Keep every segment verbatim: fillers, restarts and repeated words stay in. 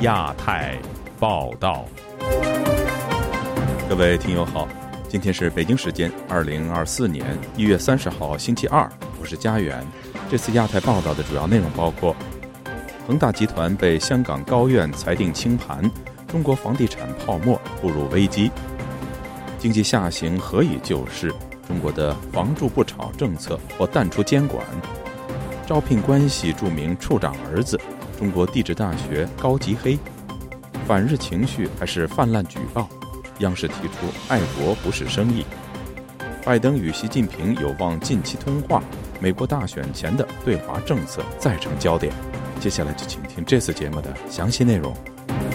亚太报道。各位听友好，今天是北京时间二零二四年一月三十号星期二，我是家园。这次亚太报道的主要内容包括：恒大集团被香港高院裁定清盘，中国房地产泡沫步入危机；经济下行何以救市？中国的房住不炒政策或淡出监管；招聘关系著名处长儿子，中国地质大学高级黑；反日情绪还是泛滥举报？央视提出爱国不是生意；拜登与习近平有望近期通话，美国大选前的对华政策再成焦点。接下来就请听这次节目的详细内容。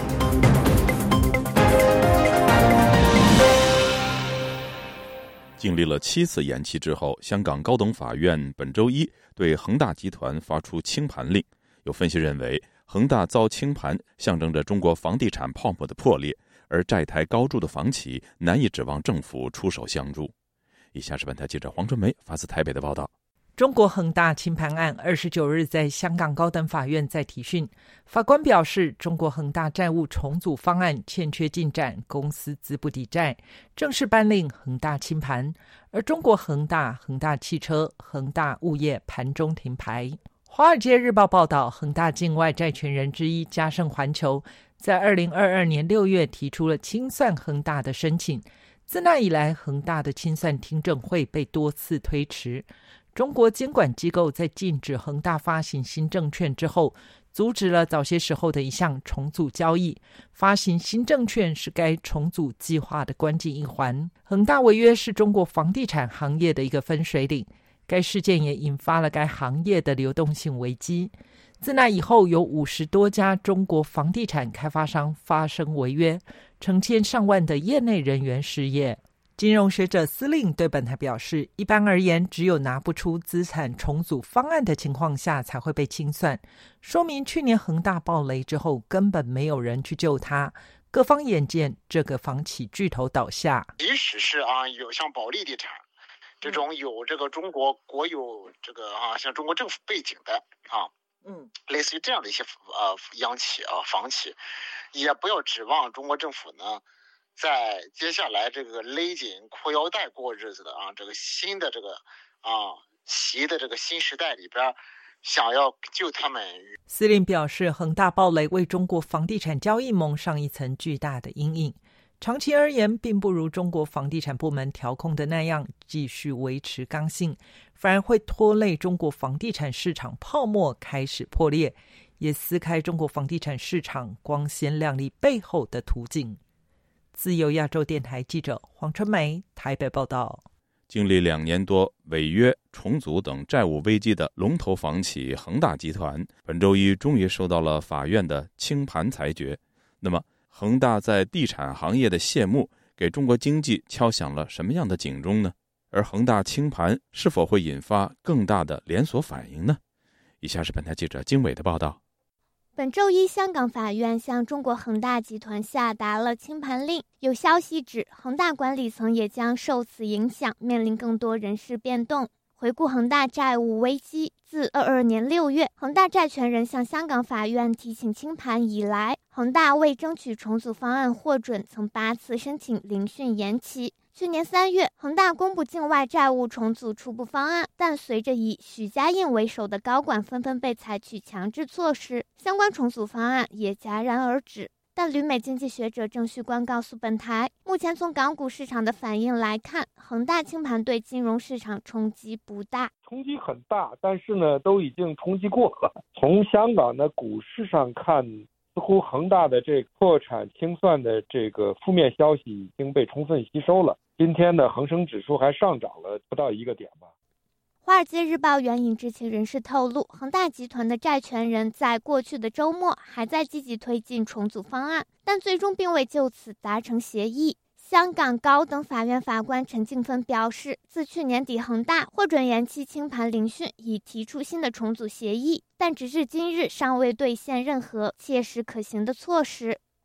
经历了七次延期之后，香港高等法院本周一对恒大集团发出清盘令。有分析认为，恒大遭清盘象征着中国房地产泡沫的破裂，而债台高筑的房企难以指望政府出手相助。以下是本台记者黄春梅发自台北的报道。 中国恒大清盘案二十九日在香港高等法院再提讯，法官表示，中国恒大债务重组方案欠缺进展，公司资不抵债，正式颁令恒大清盘，而中国恒大、恒大汽车、恒大物业盘中停牌。华尔街日报报道，恒大境外债权人之一嘉盛环球在二零二二年六月提出了清算恒大的申请，自那以来，恒大的清算听证会被多次推迟。中国监管机构在禁止恒大发行新证券之后，阻止了早些时候的一项重组交易。发行新证券是该重组计划的关键一环。恒大违约是中国房地产行业的一个分水岭，该事件也引发了该行业的流动性危机。自那以后，有五十多家中国房地产开发商发生违约，成千上万的业内人员失业。金融学者司令对本台表示，一般而言，只有拿不出资产重组方案的情况下才会被清算，说明去年恒大暴雷之后根本没有人去救它，各方眼见这个房企巨头倒下。 即使是啊有像保利地产这种有这个中国国有这个啊像中国政府背景的啊嗯类似于这样的一些呃央企啊房企，也不要指望中国政府呢在接下来这个勒紧裤腰带过日子的啊，这个新的这个啊习的这个新时代里边，想要救他们。 司令表示，恒大暴雷为中国房地产交易蒙上一层巨大的阴影，长期而言，并不如中国房地产部门调控的那样继续维持刚性，反而会拖累中国房地产市场泡沫开始破裂，也撕开中国房地产市场光鲜亮丽背后的图景。自由亚洲电台记者黄春梅台北报道。 经历两年多违约、重组等债务危机的龙头房企恒大集团，本周一终于收到了法院的清盘裁决。那么，恒大在地产行业的谢幕，给中国经济敲响了什么样的警钟呢？而恒大清盘是否会引发更大的连锁反应呢？以下是本台记者经纬的报道。 本周一，香港法院向中国恒大集团下达了清盘令。有消息指，恒大管理层也将受此影响，面临更多人事变动。回顾恒大债务危机，自二二年六月，恒大债权人向香港法院提请清盘以来，恒大为争取重组方案获准，曾八次申请聆讯延期。去年三月，恒大公布境外债务重组初步方案，但随着以许家印为首的高管纷纷被采取强制措施，相关重组方案也戛然而止。但旅美经济学者郑旭光告诉本台，目前从港股市场的反应来看，恒大清盘对金融市场冲击不大。 冲击很大，但是呢，都已经冲击过了。从香港的股市上看，似乎恒大的这个破产清算的这个负面消息已经被充分吸收了。今天的恒生指数还上涨了不到一个点吧。 华尔街日报援引知情人士透露，恒大集团的债权人在过去的周末还在积极推进重组方案，但最终并未就此达成协议。香港高等法院法官陈静芬表示，自去年底恒大获准延期清盘聆讯，已提出新的重组协议，但直至今日尚未兑现任何切实可行的措施。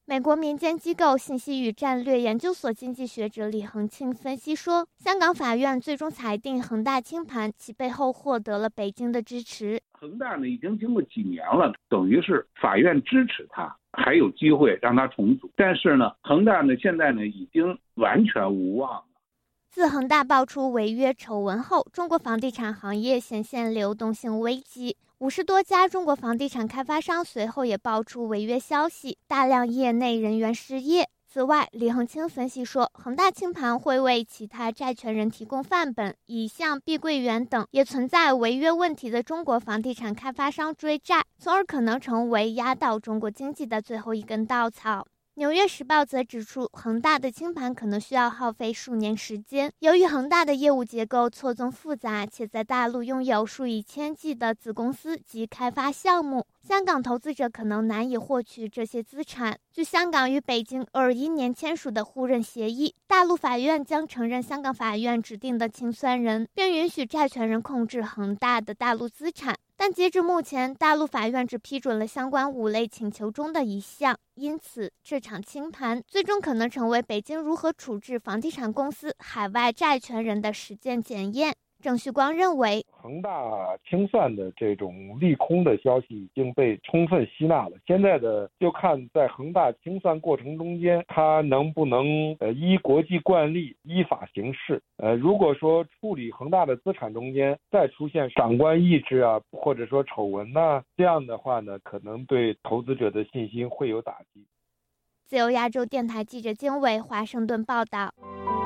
美国民间机构信息与战略研究所经济学者李恒庆分析说，香港法院最终裁定恒大清盘，其背后获得了北京的支持。 恒大呢已经经过几年了，等于是法院支持他，还有机会让他重组。但是呢，恒大呢现在呢已经完全无望了。 自恒大爆出违约丑闻后，中国房地产行业显现流动性危机。五十多家中国房地产开发商随后也爆出违约消息，大量业内人员失业。此外，李恒清分析说，恒大清盘会为其他债权人提供范本，以向碧桂园等也存在违约问题的中国房地产开发商追债，从而可能成为压倒中国经济的最后一根稻草。纽约时报则指出，恒大的清盘可能需要耗费数年时间。由于恒大的业务结构错综复杂，且在大陆拥有数以千计的子公司及开发项目，香港投资者可能难以获取这些资产。据香港与北京二一年签署的互认协议，大陆法院将承认香港法院指定的清算人，并允许债权人控制恒大的大陆资产。但截至目前，大陆法院只批准了相关五类请求中的一项，因此这场清盘最终可能成为北京如何处置房地产公司海外债权人的实践检验。郑旭光认为， 恒大清算的这种利空的消息已经被充分吸纳了。现在的就看在恒大清算过程中间，它能不能呃依国际惯例依法行事。呃，如果说处理恒大的资产中间再出现长官意志啊，或者说丑闻呐、啊，这样的话呢，可能对投资者的信心会有打击。 自由亚洲电台记者经纬华盛顿报道。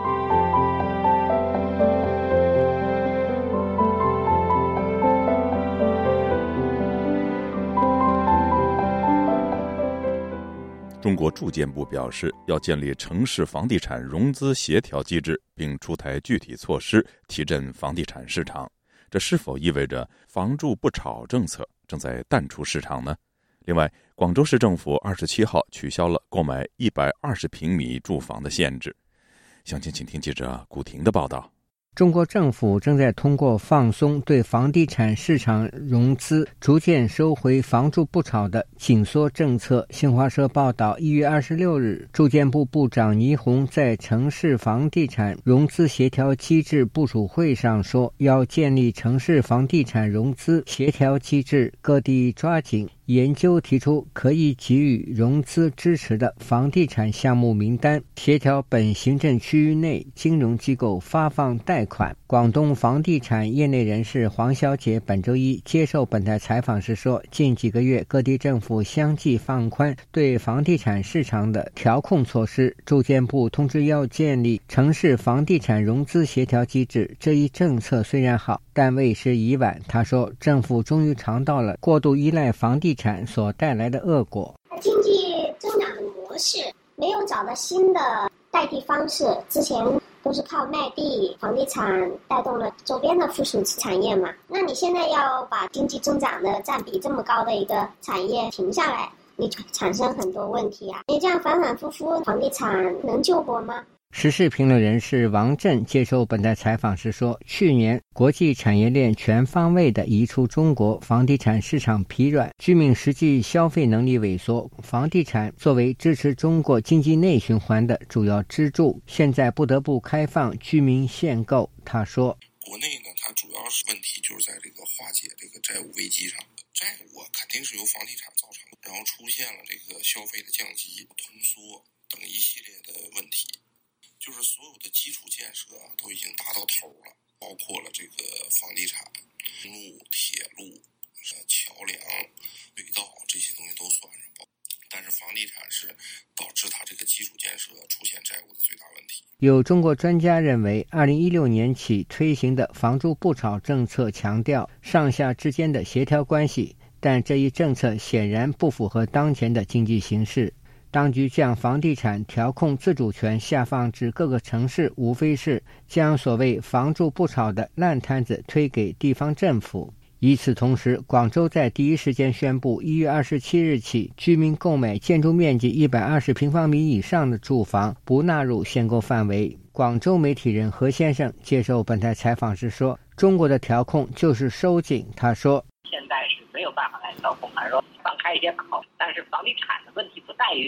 中国住建部表示，要建立城市房地产融资协调机制，并出台具体措施，提振房地产市场。这是否意味着房住不炒政策正在淡出市场呢？另外，广州市政府二十七号取消了购买一百二十平米住房的限制。详情请听记者古婷的报道。 中国政府正在通过放松对房地产市场融资，逐渐收回房住不炒的紧缩政策。新华社报道，一月二十六日，住建部部长倪虹在城市房地产融资协调机制部署会上说，要建立城市房地产融资协调机制，各地抓紧研究提出可以给予融资支持的房地产项目名单，协调本行政区域内金融机构发放贷款。广东房地产业内人士黄小姐本周一接受本台采访时说，近几个月各地政府相继放宽对房地产市场的调控措施，住建部通知要建立城市房地产融资协调机制，这一政策虽然好，但为时已晚。她说，政府终于尝到了过度依赖房地产所带来的恶果。 经济增长的模式没有找到新的代替方式，之前都是靠卖地、房地产带动了周边的附属产业嘛。那你现在要把经济增长的占比这么高的一个产业停下来，你产生很多问题啊！你这样反反复复，房地产能救活吗？ 时事评论人士王震接受本台采访时说，去年国际产业链全方位地移出中国，房地产市场疲软，居民实际消费能力萎缩，房地产作为支持中国经济内循环的主要支柱，现在不得不开放居民限购。他说， 国内呢，它主要是问题就是在这个化解这个债务危机上，债务肯定是由房地产造成的，然后出现了这个消费的降级、通缩等一系列的问题。就是所有的基础建设啊，都已经达到头了，包括了这个房地产、公路、铁路、桥梁、隧道这些东西都算上。但是房地产是导致它这个基础建设出现债务的最大问题。 有中国专家认为，二零一六年起推行的房住不炒政策强调上下之间的协调关系，但这一政策显然不符合当前的经济形势。当局将房地产调控自主权下放至各个城市，无非是将所谓房住不炒的烂摊子推给地方政府。与此同时，广州在第一时间宣布，一月二十七日起，居民购买建筑面积一百二十平方米以上的住房不纳入限购范围。广州媒体人何先生接受本台采访时说，中国的调控就是收紧。他说， 现在是没有办法来调控，还是说放开一些口，但是房地产的问题不在于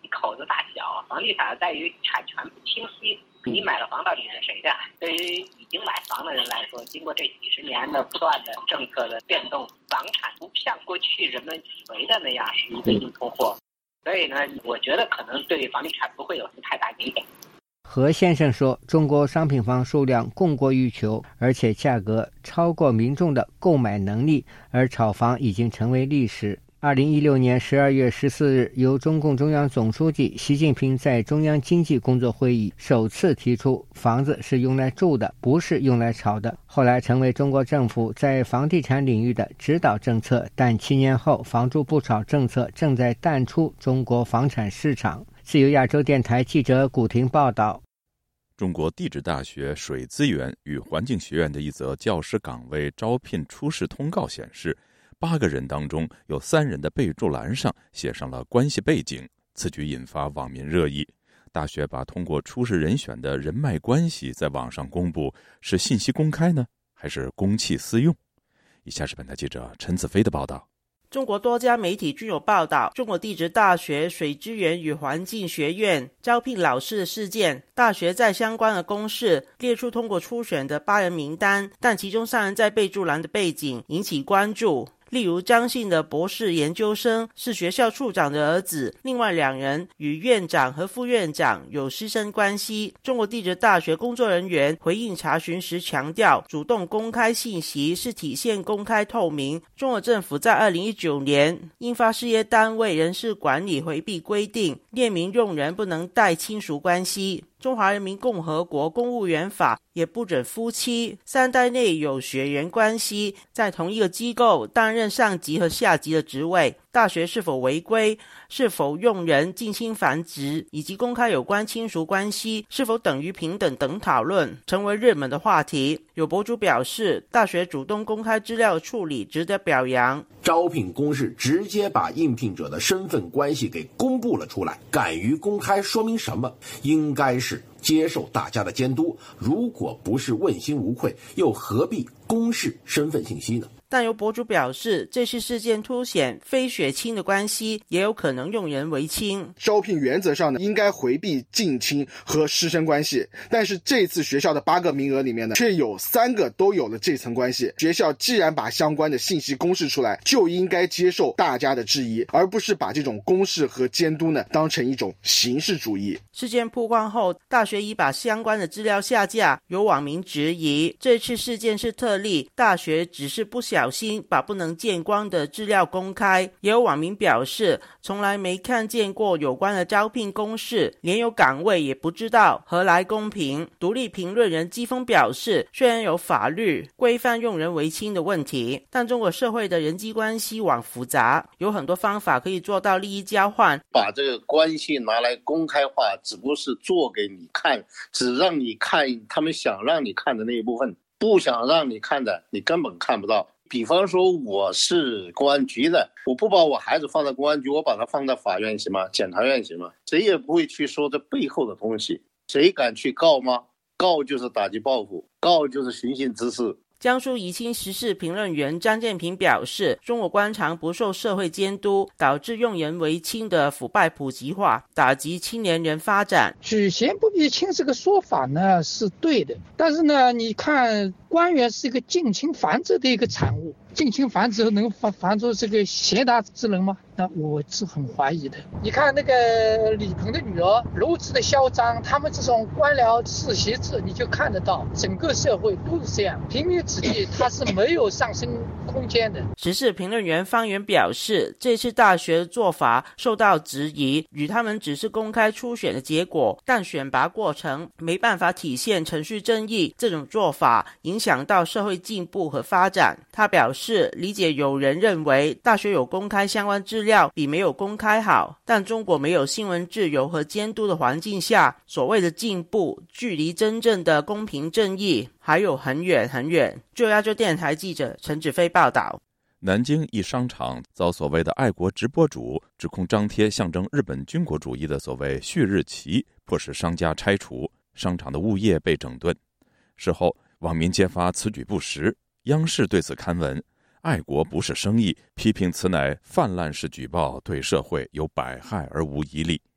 口子大小，房地产在于产权不清晰。你买了房到底是谁的？对于已经买房的人来说，经过这几十年的不断的政策的变动，房产不像过去人们以为的那样是一个硬通货。所以呢，我觉得可能对房地产不会有什么太大影响。 何先生说，中国商品房数量供过于求，而且价格超过民众的购买能力，而炒房已经成为历史。二零一六年十二月十四日，由中共中央总书记习近平在中央经济工作会议首次提出，房子是用来住的，不是用来炒的，后来成为中国政府在房地产领域的指导政策。但七年后，房住不炒政策正在淡出中国房产市场。自由亚洲电台记者古婷报道。 中国地质大学水资源与环境学院的一则教师岗位招聘初试通告显示，八个人当中有三人的备注栏上写上了关系背景，此举引发网民热议。大学把通过初试人选的人脉关系在网上公布，是信息公开呢，还是公器私用？以下是本台记者陈子飞的报道。 中国多家媒体均有报道中国地质大学水资源与环境学院招聘老师的事件。大学在相关的公示列出通过初选的八人名单，但其中三人在备注栏的背景引起关注。例如张姓的博士研究生是学校处长的儿子，另外两人与院长和副院长有师生关系。中国地质大学工作人员回应查询时强调，主动公开信息是体现公开透明。中国政府在二零一九年印发事业单位人事管理回避规定，列明用人不能带亲属关系。中华人民共和国公务员法也不准夫妻三代内有血缘关系在同一个机构担任上级和下级的职位。大学是否违规，是否用人近亲繁殖，以及公开有关亲属关系是否等于平等等讨论成为热门的话题。有博主表示，大学主动公开资料处理值得表扬。 招聘公示直接把应聘者的身份关系给公布了出来，敢于公开说明什么？应该是接受大家的监督，如果不是问心无愧，又何必公示身份信息呢？ 但有博主表示，这次事件凸显非血亲的关系也有可能用人为亲。 招聘原则上呢，应该回避近亲和师生关系，但是这次学校的八个名额里面呢，却有三个都有了这层关系。学校既然把相关的信息公示出来，就应该接受大家的质疑，而不是把这种公示和监督呢当成一种形式主义。 事件曝光后，大学已把相关的资料下架，有网民质疑这次事件是特例，大学只是不小心把不能见光的资料公开。也有网民表示，从来没看见过有关的招聘公示，连有岗位也不知道，何来公平？独立评论人季风表示，虽然有法律规范用人为亲的问题，但中国社会的人际关系网复杂，有很多方法可以做到利益交换。 把这个关系拿来公开化，只不过是做给你看，只让你看他们想让你看的那一部分，不想让你看的你根本看不到。比方说我是公安局的，我不把我孩子放在公安局，我把他放在法院行吗？检察院行吗？谁也不会去说这背后的东西。谁敢去告吗？告就是打击报复，告就是寻衅滋事。 江苏宜兴时事评论员张建平表示，中国官场不受社会监督，导致用人为亲的腐败普及化，打击青年人发展。 举贤不避亲这个说法呢是对的，但是呢，你看官员是一个近亲繁殖的一个产物，近亲繁殖能繁繁出这个贤达之人吗？那我是很怀疑的。你看那个李鹏的女儿如此的嚣张，他们这种官僚世袭制，你就看得到整个社会都是这样，平民子弟他是没有上升空间的。 时事评论员方源表示，这次大学的做法受到质疑，与他们只是公开初选的结果，但选拔过程没办法体现程序正义，这种做法影响到社会进步和发展。他表示，理解有人认为大学有公开相关资料比没有公开好，但中国没有新闻自由和监督的环境下，所谓的进步距离真正的公平正义还有很远很远。就亚洲电台记者陈子飞报道。 南京一商场遭所谓的爱国直播主指控张贴象征日本军国主义的所谓旭日旗，迫使商家拆除，商场的物业被整顿。事后网民揭发此举不实，央视对此刊文，爱国不是生意，批评此乃泛滥式举报，对社会有百害而无一利。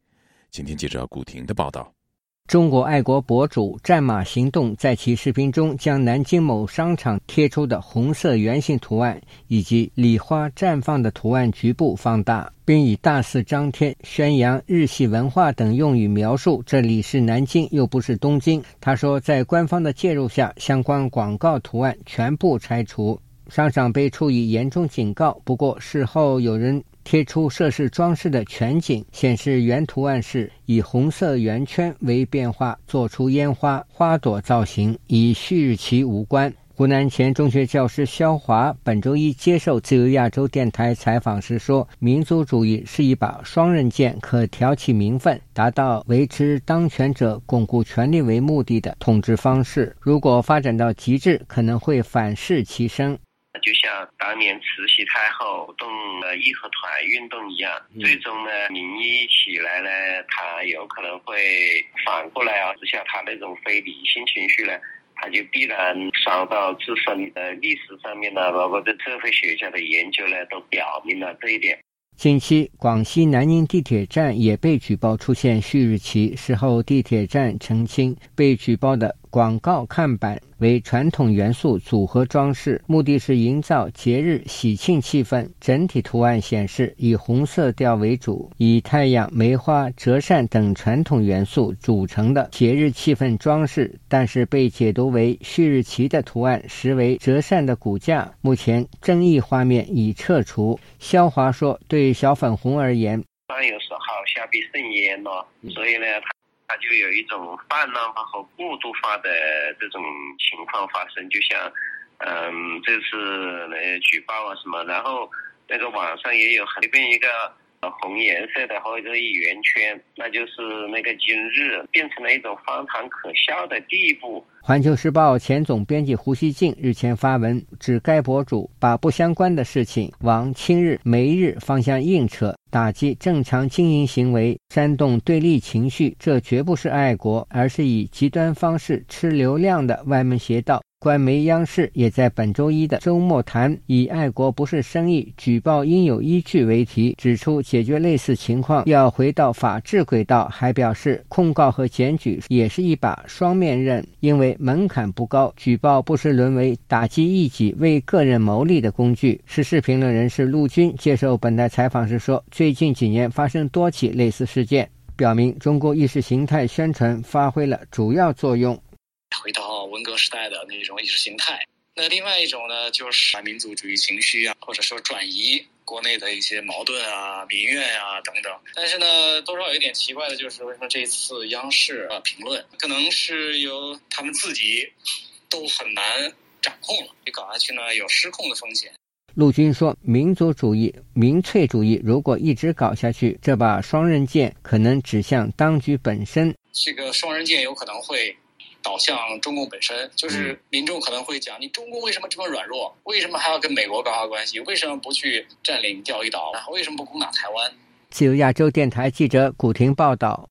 请听记者古婷的报道。 中国爱国博主战马行动在其视频中将南京某商场贴出的红色圆形图案以及礼花绽放的图案局部放大，并以大肆张贴、宣扬日系文化等用语描述这里是南京又不是东京。他说，在官方的介入下，相关广告图案全部拆除，商场被处以严重警告。不过事后有人贴出涉事装饰的全景，显示原图案是以红色圆圈为变化，做出烟花、花朵造型，与旭日旗无关。湖南前中学教师肖华本周一接受自由亚洲电台采访时说，民族主义是一把双刃剑，可挑起民愤，达到维持当权者巩固权力为目的的统治方式。如果发展到极致，可能会反噬其身。 就像当年慈禧太后动了义和团运动一样，最终呢，民意起来呢，他有可能会反过来啊，像他那种非理性情绪呢，他就必然伤到自身的历史上面呢，包括在社会学家的研究呢，都表明了这一点。 近期，广西南宁地铁站也被举报出现旭日旗，事后地铁站澄清，被举报的广告看板为传统元素组合装饰，目的是营造节日喜庆气氛。整体图案显示以红色调为主，以太阳、梅花、折扇等传统元素组成的节日气氛装饰，但是被解读为旭日旗的图案实为折扇的骨架。目前争议画面已撤除。肖华说，对小粉红而言， 上有时候下必甚焉了，所以呢，他它就有一种泛滥化和过度化的这种情况发生，就像，嗯，这次呃举报啊什么，然后那个网上也有随便一个红颜色的或者一圆圈，那就是那个今日变成了一种荒唐可笑的地步。 环球时报前总编辑胡锡进日前发文指，该博主把不相关的事情往亲日、美日方向硬扯，打击正常经营行为，煽动对立情绪，这绝不是爱国，而是以极端方式吃流量的歪门邪道。官媒央视也在本周一的周末谈以爱国不是生意，举报应有依据为题，指出解决类似情况要回到法治轨道，还表示控告和检举也是一把双面刃，因为门槛不高，举报不是沦为打击异己为个人谋利的工具。时事评论人士陆军接受本台采访时说，最近几年发生多起类似事件，表明中国意识形态宣传发挥了主要作用。 回到文革时代的那种意识形态，那另外一种呢，就是民族主义情绪啊，或者说转移国内的一些矛盾啊、民怨啊等等。但是呢，多少有一点奇怪的就是，为什么这次央视啊评论，可能是由他们自己都很难掌控了，你搞下去呢，有失控的风险。 陆军说，民族主义、民粹主义如果一直搞下去，这把双刃剑可能指向当局本身。 这个双刃剑有可能会导向中共本身，就是民众可能会讲，你中共为什么这么软弱？为什么还要跟美国搞好关系？为什么不去占领钓鱼岛？为什么不攻打台湾？ 自由亚洲电台记者古婷报道。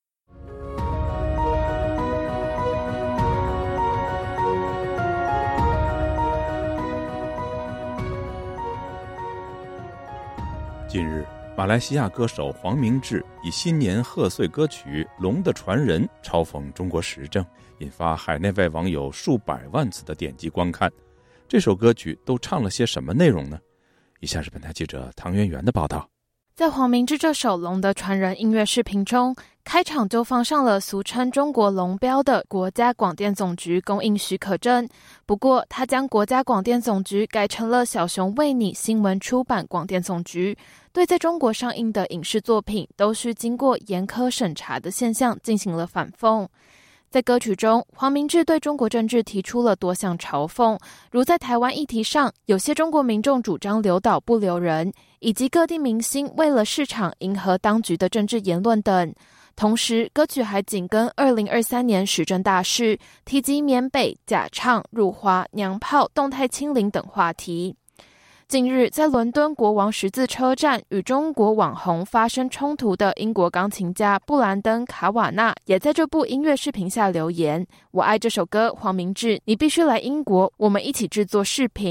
近日，马来西亚歌手黄明志以新年贺岁歌曲《龙的传人》嘲讽中国时政，引发海内外网友数百万次的点击观看。这首歌曲都唱了些什么内容呢？以下是本台记者唐媛媛的报道。 在黄明志这首《龙的传人》音乐视频中，开场就放上了俗称中国龙标的国家广电总局供应许可证，不过他将国家广电总局改成了小熊维尼新闻出版广电总局，对在中国上映的影视作品都需经过严苛审查的现象进行了反讽。在歌曲中，黄明志对中国政治提出了多项嘲讽，如在台湾议题上，有些中国民众主张留岛不留人，以及各地明星为了市场迎合当局的政治言论等。同时，歌曲还紧跟二零二三年时政大事，提及缅北、假唱、入华、娘炮、动态清零等话题。近日，在伦敦国王十字车站与中国网红发生冲突的英国钢琴家布兰登·卡瓦纳也在这部音乐视频下留言：“我爱这首歌，黄明志，你必须来英国，我们一起制作视频。”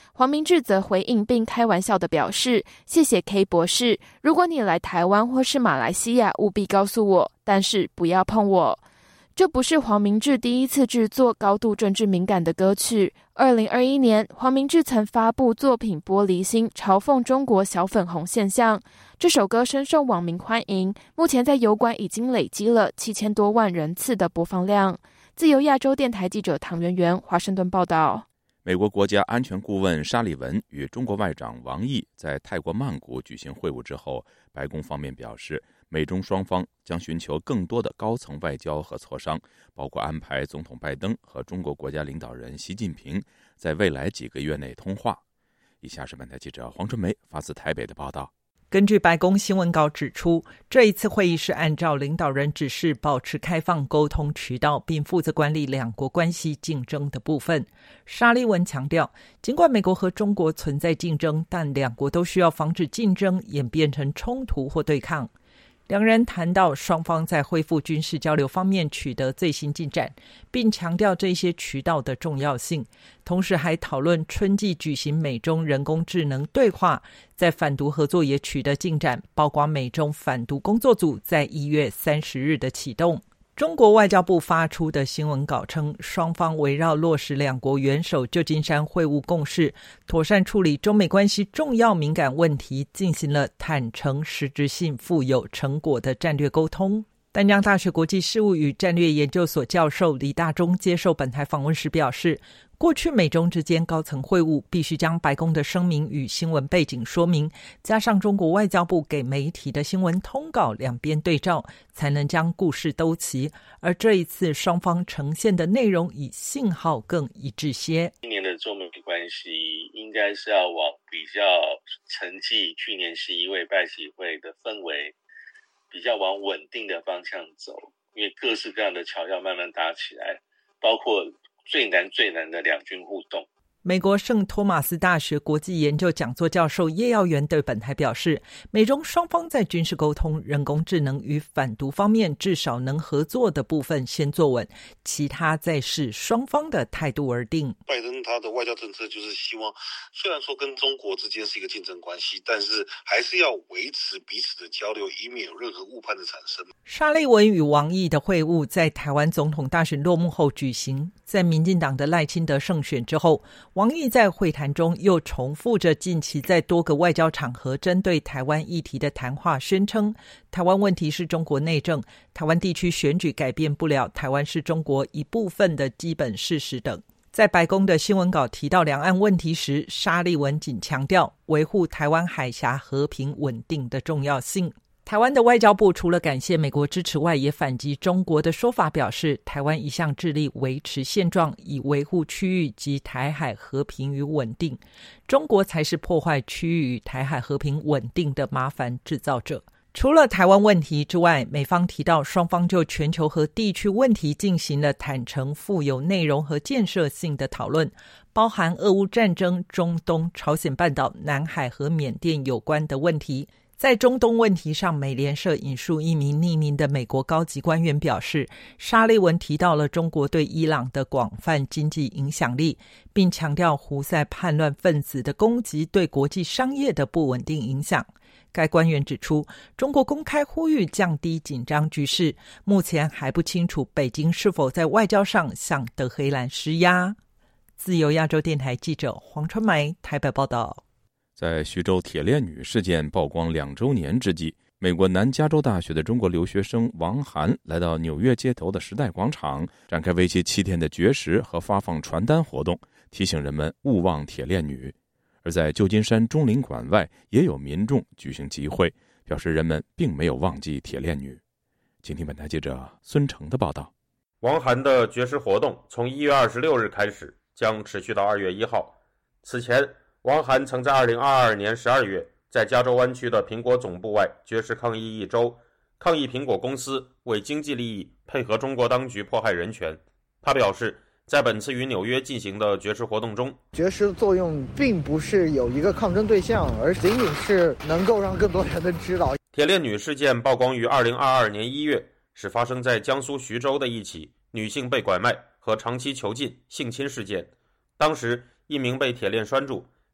黄明志则回应并开玩笑地表示，谢谢 K 博士，如果你来台湾或是马来西亚，务必告诉我，但是不要碰我。这不是黄明志第一次制作高度政治敏感的歌曲。二零二一年，黄明志曾发布作品《玻璃心》，嘲讽中国小粉红现象。这首歌深受网民欢迎，目前在油管已经累积了七千多万人次的播放量。自由亚洲电台记者唐媛媛，华盛顿报道。 美国国家安全顾问沙利文与中国外长王毅在泰国曼谷举行会晤之后，白宫方面表示，美中双方将寻求更多的高层外交和磋商，包括安排总统拜登和中国国家领导人习近平在未来几个月内通话。以下是本台记者黄春梅发自台北的报道。 根据白宫新闻稿指出，这一次会议是按照领导人指示保持开放沟通渠道，并负责管理两国关系竞争的部分。沙利文强调，尽管美国和中国存在竞争，但两国都需要防止竞争演变成冲突或对抗。两人谈到双方在恢复军事交流方面取得最新进展，并强调这些渠道的重要性，同时还讨论春季举行美中人工智能对话，在反毒合作也取得进展，包括美中反毒工作组在一月三十日的启动。中国外交部发出的新闻稿称，双方围绕落实两国元首旧金山会晤共识，妥善处理中美关系重要敏感问题，进行了坦诚、实质性、富有成果的战略沟通。淡江大学国际事务与战略研究所教授李大中接受本台访问时表示，过去美中之间高层会晤必须将白宫的声明与新闻背景说明，加上中国外交部给媒体的新闻通稿两边对照，才能将故事兜齐。而这一次双方呈现的内容以信号更一致些。 今年的中美关系应该是要往比较承继去年十一位拜习会的氛围，比较往稳定的方向走，因为各式各样的桥要慢慢搭起来，包括最难最难的两军互动。 美国圣托马斯大学国际研究讲座教授叶耀元对本台表示，美中双方在军事沟通、人工智能与反毒方面至少能合作的部分先坐稳，其他再视双方的态度而定。 拜登他的外交政策就是希望，虽然说跟中国之间是一个竞争关系，但是还是要维持彼此的交流，以免有任何误判的产生。 沙利文与王毅的会晤在台湾总统大选落幕后举行，在民进党的赖清德胜选之后，王毅在会谈中又重复着近期在多个外交场合针对台湾议题的谈话，宣称台湾问题是中国内政，台湾地区选举改变不了台湾是中国一部分的基本事实等。在白宫的新闻稿提到两岸问题时，沙利文仅强调维护台湾海峡和平稳定的重要性。台湾的外交部除了感谢美国支持外，也反击中国的说法，表示台湾一向致力维持现状，以维护区域及台海和平与稳定，中国才是破坏区域与台海和平稳定的麻烦制造者。除了台湾问题之外，美方提到双方就全球和地区问题进行了坦诚、富有内容和建设性的讨论，包含俄乌战争、中东、朝鲜半岛、南海和缅甸有关的问题。在中东问题上，美联社引述一名匿名的美国高级官员表示，沙利文提到了中国对伊朗的广泛经济影响力，并强调胡塞叛乱分子的攻击对国际商业的不稳定影响。该官员指出，中国公开呼吁降低紧张局势，目前还不清楚北京是否在外交上向德黑兰施压。自由亚洲电台记者黄春梅台北报道。 在徐州铁链女事件曝光两周年之际，美国南加州大学的中国留学生王涵来到纽约街头的时代广场，展开为期七天的绝食和发放传单活动，提醒人们勿忘铁链女。而在旧金山中领馆外，也有民众举行集会，表示人们并没有忘记铁链女。请听本台记者孙成的报道。 王涵的绝食活动从一月二十六日开始，将持续到二月一号。此前王涵曾在二零二二年十二月在加州湾区的苹果总部外绝食抗议一周，抗议苹果公司为经济利益配合中国当局迫害人权。他表示，在本次于纽约进行的绝食活动中， 绝食的作用并不是有一个抗争对象，而仅仅是能够让更多人的知道。 铁链女事件曝光于二零二二年一月，是发生在江苏徐州的一起女性被拐卖和长期囚禁性侵事件。当时一名被铁链拴住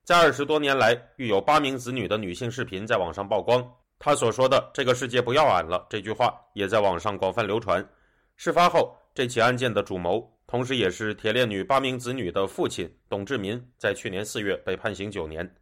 在二十多年来，育有八名子女的女性视频在网上曝光。她所说的这个世界不要俺了这句话也在网上广泛流传。事发后，这起案件的主谋，同时也是铁链女八名子女的父亲董志民，在去年四月被判刑九年。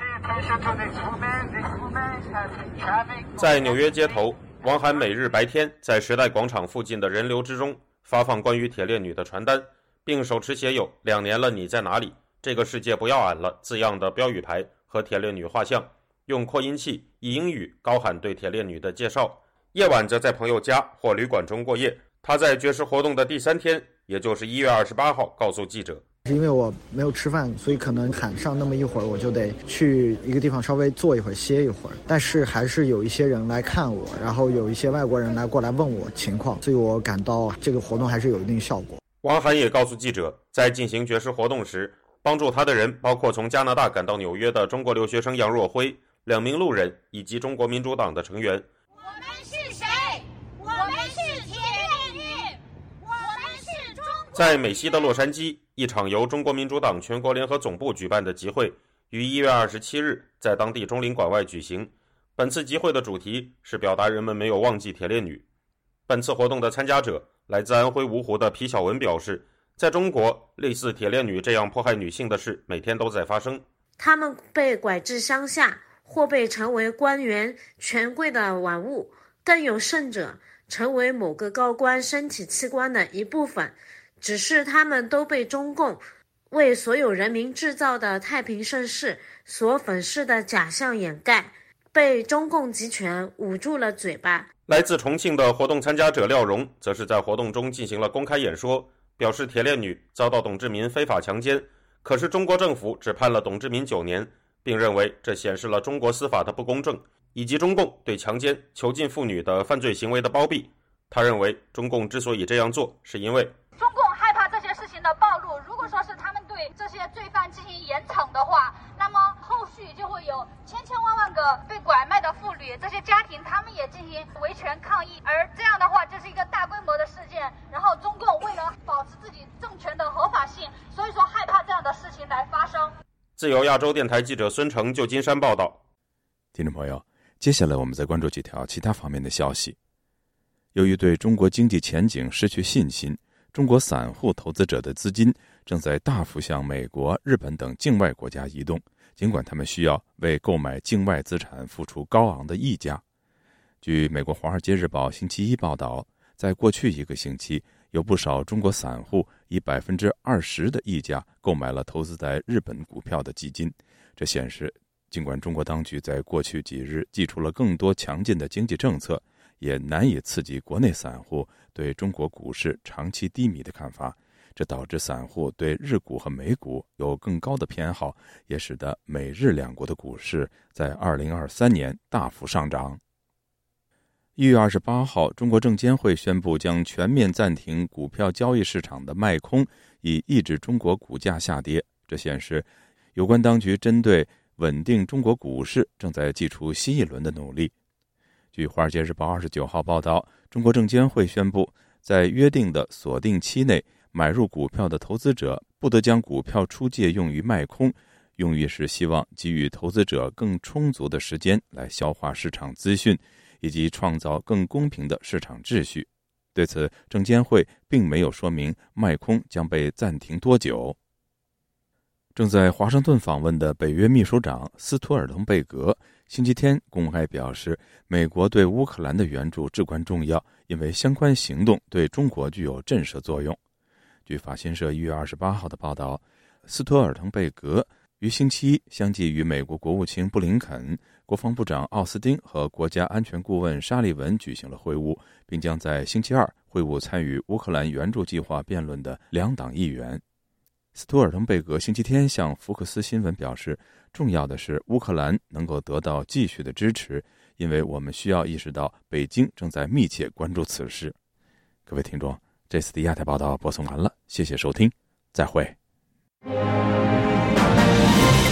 在纽约街头，王涵每日白天在时代广场附近的人流之中发放关于铁链女的传单，并手持写有两年了你在哪里，这个世界不要俺了字样的标语牌和铁链女画像，用扩音器以英语高喊对铁链女的介绍。夜晚则在朋友家或旅馆中过夜。他在绝食活动的第三天，也就是一月二十八号告诉记者， 因为我没有吃饭，所以可能喊上那么一会儿，我就得去一个地方稍微坐一会儿歇一会儿，但是还是有一些人来看我，然后有一些外国人来过来问我情况，所以我感到这个活动还是有一定效果。 王涵也告诉记者，在进行绝食活动时，帮助他的人包括从加拿大赶到纽约的中国留学生杨若辉、两名路人以及中国民主党的成员。 我们是谁？我们是铁链女，我们是中国。 在美西的洛杉矶，一场由中国民主党全国联合总部举办的集会于一月二十七日在当地中领馆外举行。本次集会的主题是表达人们没有忘记铁链女。本次活动的参加者来自安徽芜湖的皮小文表示，在中国，类似铁链女这样迫害女性的事每天都在发生。 她们被拐至乡下，或被成为官员、权贵的玩物，更有甚者，成为某个高官身体器官的一部分。只是他们都被中共为所有人民制造的太平盛世所粉饰的假象掩盖，被中共集权捂住了嘴巴。 来自重庆的活动参加者廖荣则是在活动中进行了公开演说，表示铁链女遭到董志民非法强奸，可是中国政府只判了董志民九年，并认为这显示了中国司法的不公正，以及中共对强奸、囚禁妇女的犯罪行为的包庇。他认为中共之所以这样做，是因为中共害怕这些事情的暴露，如果说是他们对这些罪犯进行严惩的话，那么后续就会有千千万万个被拐卖的妇女，这些家庭他们也进行维权抗议，而这样的话这是一个大规模的事件，然后中共为了保持自己政权的合法性，所以说害怕这样的事情来发生。 自由亚洲电台记者孙成旧金山报道。 听众朋友，接下来我们再关注几条其他方面的消息。由于对中国经济前景失去信心，中国散户投资者的资金正在大幅向美国、日本等境外国家移动，尽管他们需要为购买境外资产付出高昂的溢价。据美国《华尔街日报》星期一报道，在过去一个星期，有不少中国散户以百分之二十的溢价购买了投资在日本股票的基金。这显示，尽管中国当局在过去几日祭出了更多强劲的经济政策，也难以刺激国内散户对中国股市长期低迷的看法，这导致散户对日股和美股有更高的偏好，也使得美日两国的股市在二零二三年大幅上涨。一月二十八号，中国证监会宣布将全面暂停股票交易市场的卖空，以抑制中国股价下跌。这显示有关当局针对稳定中国股市正在祭出新一轮的努力。据《华尔街日报》二十九号报道，中国证监会宣布，在约定的锁定期内，买入股票的投资者不得将股票出借用于卖空，用意是希望给予投资者更充足的时间来消化市场资讯，以及创造更公平的市场秩序。对此，证监会并没有说明卖空将被暂停多久。正在华盛顿访问的北约秘书长斯图尔滕贝格星期天公开表示，美国对乌克兰的援助至关重要，因为相关行动对中国具有震慑作用。据法新社一月二十八号的报道，斯图尔滕贝格于星期一相继与美国国务卿布林肯、国防部长奥斯汀和国家安全顾问沙利文举行了会晤，并将在星期二会晤参与乌克兰援助计划辩论的两党议员。斯图尔滕贝格星期天向福克斯新闻表示，重要的是乌克兰能够得到继续的支持，因为我们需要意识到北京正在密切关注此事。各位听众，这次的亚太报道播送完了，谢谢收听，再会。